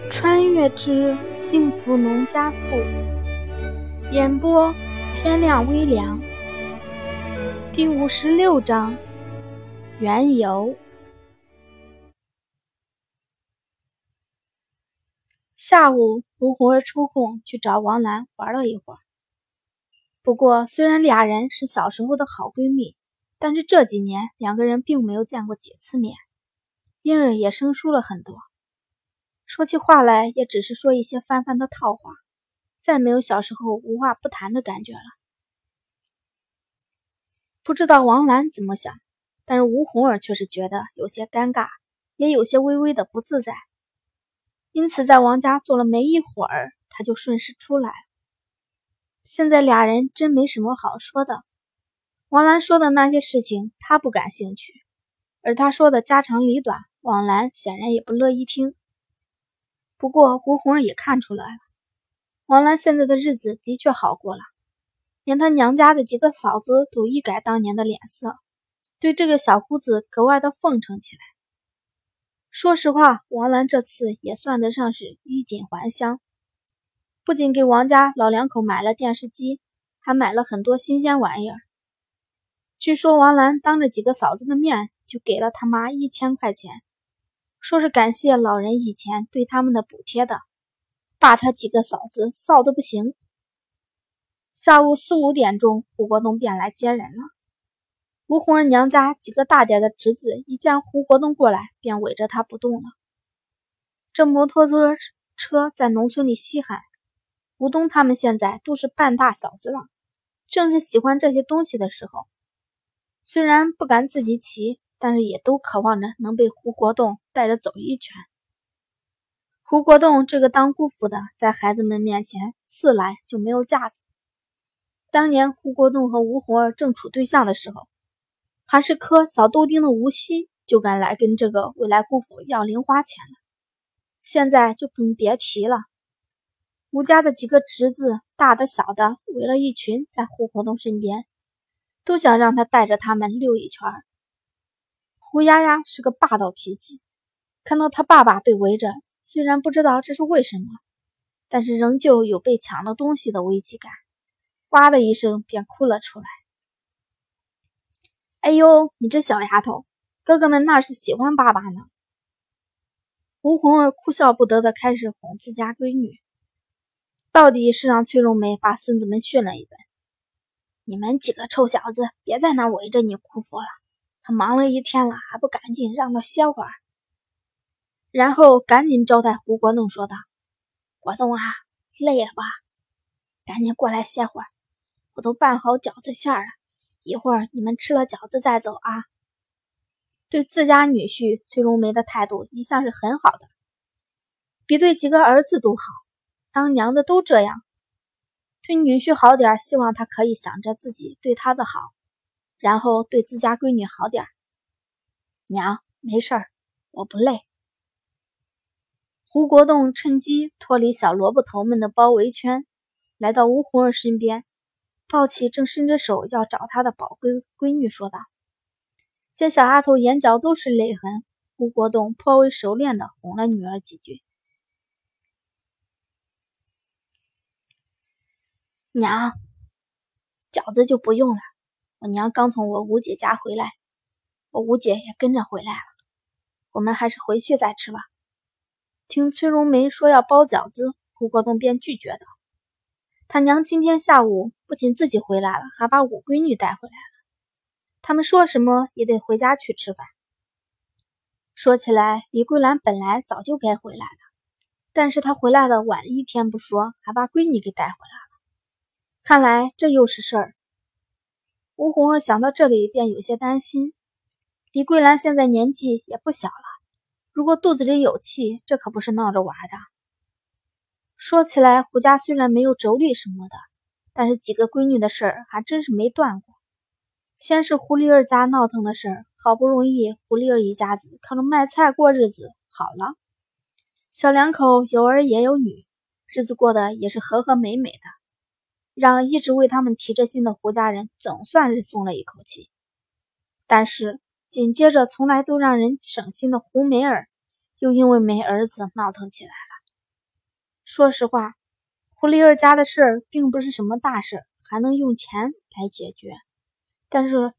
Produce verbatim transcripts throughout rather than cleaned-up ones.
穿越之幸福农家妇，演播天亮微凉。第五十六章缘由。下午胡红儿抽空去找王兰玩了一会儿。不过虽然俩人是小时候的好闺蜜，但是这几年两个人并没有见过几次面，因而也生疏了很多。说起话来也只是说一些泛泛的套话，再没有小时候无话不谈的感觉了。不知道王兰怎么想，但是吴红儿却是觉得有些尴尬，也有些微微的不自在。因此在王家坐了没一会儿，他就顺势出来。现在俩人真没什么好说的。王兰说的那些事情他不感兴趣，而他说的家长里短，王兰显然也不乐意听。不过胡红儿也看出来了，王兰现在的日子的确好过了，连她娘家的几个嫂子都一改当年的脸色，对这个小姑子格外的奉承起来。说实话，王兰这次也算得上是衣锦还乡，不仅给王家老两口买了电视机，还买了很多新鲜玩意儿。据说王兰当着几个嫂子的面就给了他妈一千块钱，说是感谢老人以前对他们的补贴的，把他几个嫂子臊得不行。下午四五点钟，胡国栋便来接人了。吴红儿娘家几个大点的侄子一见胡国栋过来，便围着他不动了。这摩托车车在农村里稀罕，吴东他们现在都是半大小子了，正是喜欢这些东西的时候。虽然不敢自己骑，但是也都渴望着能被胡国栋带着走一圈。胡国栋这个当姑父的，在孩子们面前自来就没有架子。当年胡国栋和吴红儿正处对象的时候，还是颗小豆丁的吴锡就敢来跟这个未来姑父要零花钱了，现在就更别提了。吴家的几个侄子，大的小的围了一群在胡国栋身边，都想让他带着他们溜一圈。胡丫丫是个霸道脾气，看到他爸爸被围着，虽然不知道这是为什么，但是仍旧有被抢了东西的危机感，哇的一声便哭了出来。哎呦，你这小丫头，哥哥们那是喜欢爸爸呢。吴红儿哭笑不得的开始哄自家闺女，到底是让崔荣梅把孙子们训了一顿。你们几个臭小子别在那围着你姑父了，他忙了一天了还不赶紧让他歇会儿。然后赶紧招待胡国栋说道，国栋啊，累了吧，赶紧过来歇会儿，我都拌好饺子馅了，一会儿你们吃了饺子再走啊。对自家女婿崔荣梅的态度一向是很好的，比对几个儿子都好，当娘的都这样。对女婿好点，希望他可以想着自己对他的好，然后对自家闺女好点。娘，没事儿，我不累。胡国栋趁机脱离小萝卜头们的包围圈，来到吴红儿身边，抱起正伸着手要找他的宝闺闺女说道。见小丫头眼角都是泪痕，胡国栋颇为熟练地哄了女儿几句。娘，饺子就不用了，我娘刚从我吴姐家回来，我吴姐也跟着回来了，我们还是回去再吃吧。听崔荣梅说要包饺子，胡国栋便拒绝道，他娘今天下午不仅自己回来了，还把五闺女带回来了，他们说什么也得回家去吃饭。说起来，李桂兰本来早就该回来的，但是她回来的晚一天不说，还把闺女给带回来了，看来这又是事儿。吴红儿想到这里便有些担心，李桂兰现在年纪也不小了，如果肚子里有气，这可不是闹着玩的。说起来，胡家虽然没有妯娌什么的，但是几个闺女的事儿还真是没断过。先是胡丽儿家闹腾的事儿，好不容易胡丽儿一家子靠着卖菜过日子好了，小两口有儿也有女，日子过得也是和和美美的，让一直为他们提着心的胡家人总算是松了一口气。但是紧接着从来都让人省心的胡梅儿又因为没儿子闹腾起来了。 说实话，胡丽儿家的事儿并不是什么大事，还能用钱来解决。但是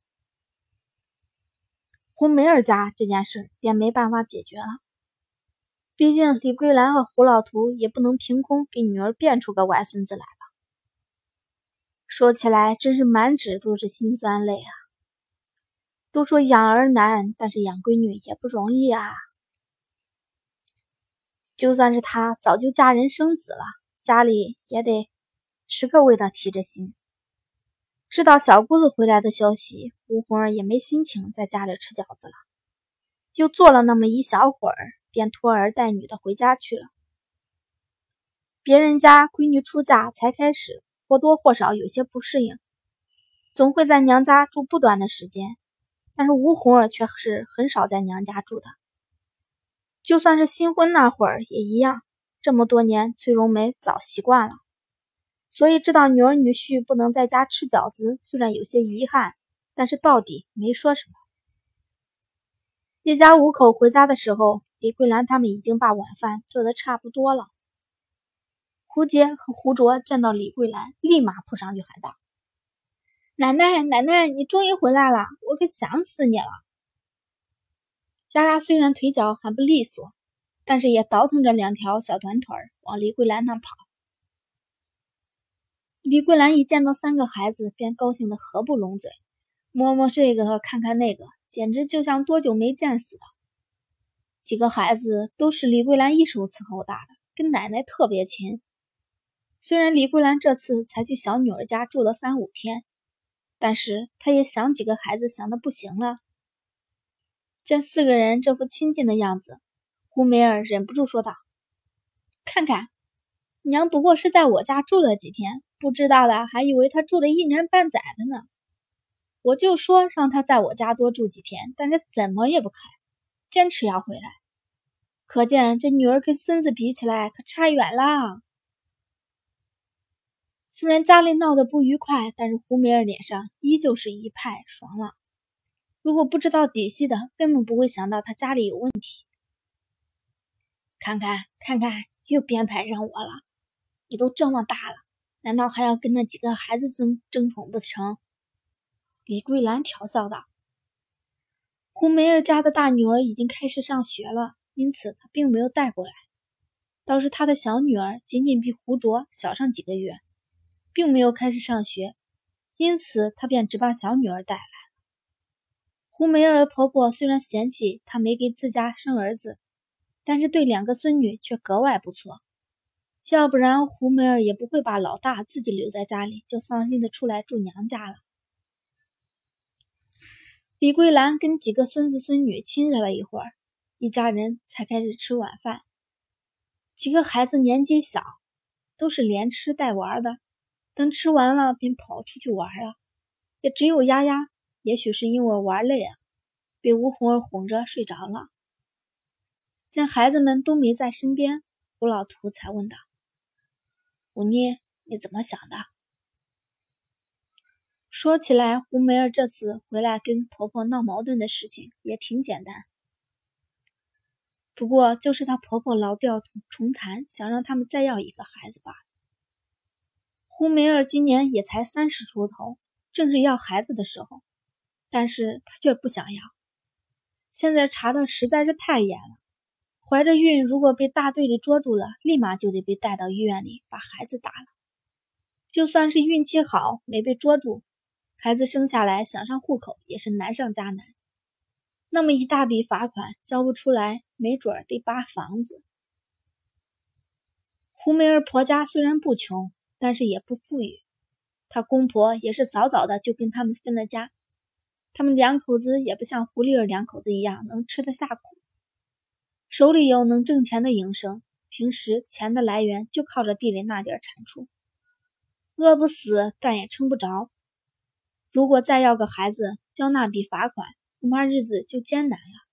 胡梅尔家这件事便没办法解决了。毕竟李桂兰和胡老图也不能凭空给女儿变出个外孙子来吧。说起来真是满纸都是辛酸泪啊。都说养儿难，但是养闺女也不容易啊。就算是她早就嫁人生子了，家里也得时刻为她提着心。知道小姑子回来的消息，吴红儿也没心情在家里吃饺子了，就坐了那么一小会儿，便拖儿带女的回家去了。别人家闺女出嫁才开始，或多或少有些不适应，总会在娘家住不短的时间，但是吴红儿却是很少在娘家住的。就算是新婚那会儿也一样，这么多年崔荣梅早习惯了，所以知道女儿女婿不能在家吃饺子，虽然有些遗憾，但是到底没说什么。一家五口回家的时候，李桂兰他们已经把晚饭做得差不多了。胡杰和胡卓见到李桂兰，立马扑上去喊道：“奶奶，奶奶，你终于回来了，我可想死你了。”丫丫虽然腿脚还不利索，但是也倒腾着两条小短腿往李桂兰那跑。李桂兰一见到三个孩子，便高兴得合不拢嘴，摸摸这个看看那个，简直就像多久没见似的。几个孩子都是李桂兰一手伺候大的，跟奶奶特别亲。虽然李桂兰这次才去小女儿家住了三五天，但是她也想几个孩子想得不行了。见四个人这副亲近的样子，胡梅尔忍不住说道：“看看，娘不过是在我家住了几天，不知道的还以为她住了一年半载的呢。我就说让她在我家多住几天，但是怎么也不肯，坚持要回来。可见这女儿跟孙子比起来可差远了。”虽然家里闹得不愉快，但是胡梅尔脸上依旧是一派爽朗。如果不知道底细的，根本不会想到他家里有问题。看看看看，又编排上我了。你都这么大了，难道还要跟那几个孩子争争宠不成？李桂兰调笑道。胡梅尔家的大女儿已经开始上学了，因此她并没有带过来。倒是她的小女儿仅仅比胡卓小上几个月，并没有开始上学，因此她便只把小女儿带来。胡梅尔婆婆虽然嫌弃她没给自家生儿子，但是对两个孙女却格外不错，要不然胡梅尔也不会把老大自己留在家里，就放心的出来住娘家了。李桂兰跟几个孙子孙女亲热了一会儿，一家人才开始吃晚饭。几个孩子年纪小，都是连吃带玩的，等吃完了便跑出去玩了，也只有丫丫，也许是因为玩累了，被吴红儿哄着睡着了。见孩子们都没在身边，胡老图才问道：“吴妮，你怎么想的？”说起来，胡梅儿这次回来跟婆婆闹矛盾的事情也挺简单，不过就是她婆婆老调重弹，想让他们再要一个孩子罢了。胡梅儿今年也才三十出头，正是要孩子的时候，但是她却不想要。现在查的实在是太严了，怀着孕如果被大队里捉住了，立马就得被带到医院里把孩子打了。就算是运气好没被捉住，孩子生下来想上户口也是难上加难。那么一大笔罚款交不出来，没准儿得扒房子。胡梅儿婆家虽然不穷，但是也不富裕，她公婆也是早早的就跟他们分了家。他们两口子也不像胡丽儿两口子一样能吃得下苦，手里有能挣钱的营生，平时钱的来源就靠着地里那点产出，饿不死但也撑不着。如果再要个孩子，交那笔罚款，恐怕日子就艰难了。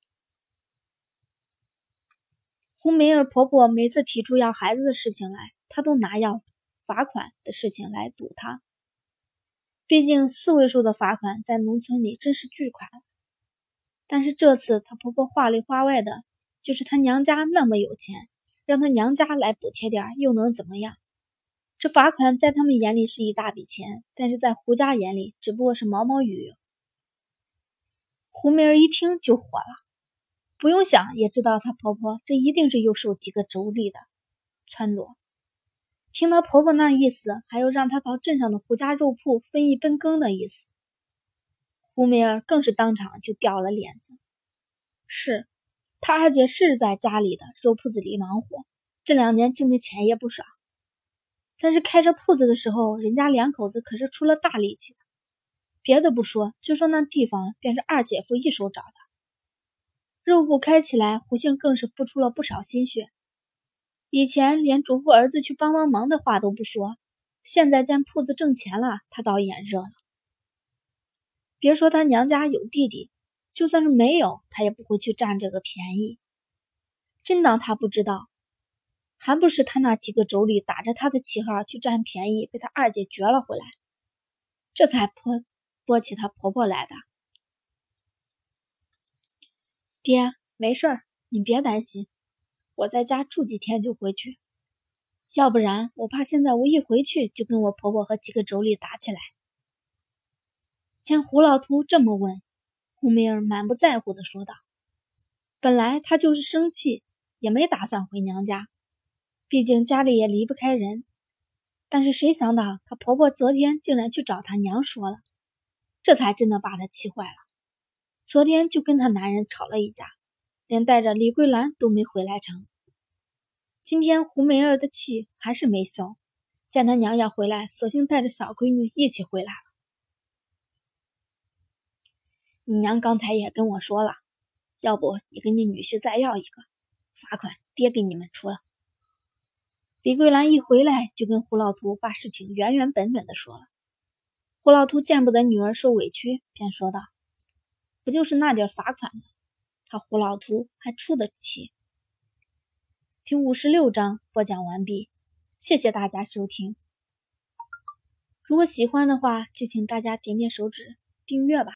胡梅儿婆婆每次提出要孩子的事情来，她都拿要罚款的事情来堵她。毕竟四位数的罚款在农村里真是巨款，但是这次她婆婆话里话外的，就是她娘家那么有钱， 让他娘家来补贴点又能怎么样？这罚款在他们眼里是一大笔钱，但是在胡家眼里只不过是毛毛雨。胡梅儿一听就火了，不用想也知道她婆婆这一定是又受几个妯娌的撺掇。听她婆婆那意思，还有让她到镇上的胡家肉铺分一分羹的意思，胡梅儿更是当场就掉了脸子。是，她二姐是在家里的肉铺子里忙活，这两年挣的钱也不少，但是开这铺子的时候，人家两口子可是出了大力气的。别的不说，就说那地方便是二姐夫一手找的。肉铺开起来，胡杏更是付出了不少心血。以前连嘱咐儿子去帮帮忙的话都不说，现在见铺子挣钱了，他倒眼热了。别说他娘家有弟弟，就算是没有，他也不会去占这个便宜。真当他不知道，还不是他那几个妯娌打着他的旗号去占便宜，被他二姐撅了回来，这才泼拨起她婆婆来的。爹，没事儿，你别担心，我在家住几天就回去，要不然我怕现在我一回去就跟我婆婆和几个妯娌打起来。见胡老图这么问，胡梅儿满不在乎地说道：本来她就是生气，也没打算回娘家，毕竟家里也离不开人，但是谁想到她婆婆昨天竟然去找她娘说了，这才真的把她气坏了。昨天就跟她男人吵了一架，连带着李桂兰都没回来成。今天胡梅儿的气还是没消，见她娘家回来，索性带着小闺女一起回来了。你娘刚才也跟我说了，要不你跟你女婿再要一个，罚款爹给你们出了。李桂兰一回来就跟胡老图把事情原原本本的说了。胡老图见不得女儿受委屈，便说道：不就是那点罚款吗？他胡老图还出得起。第五十六章播讲完毕，谢谢大家收听。如果喜欢的话，就请大家点点手指订阅吧。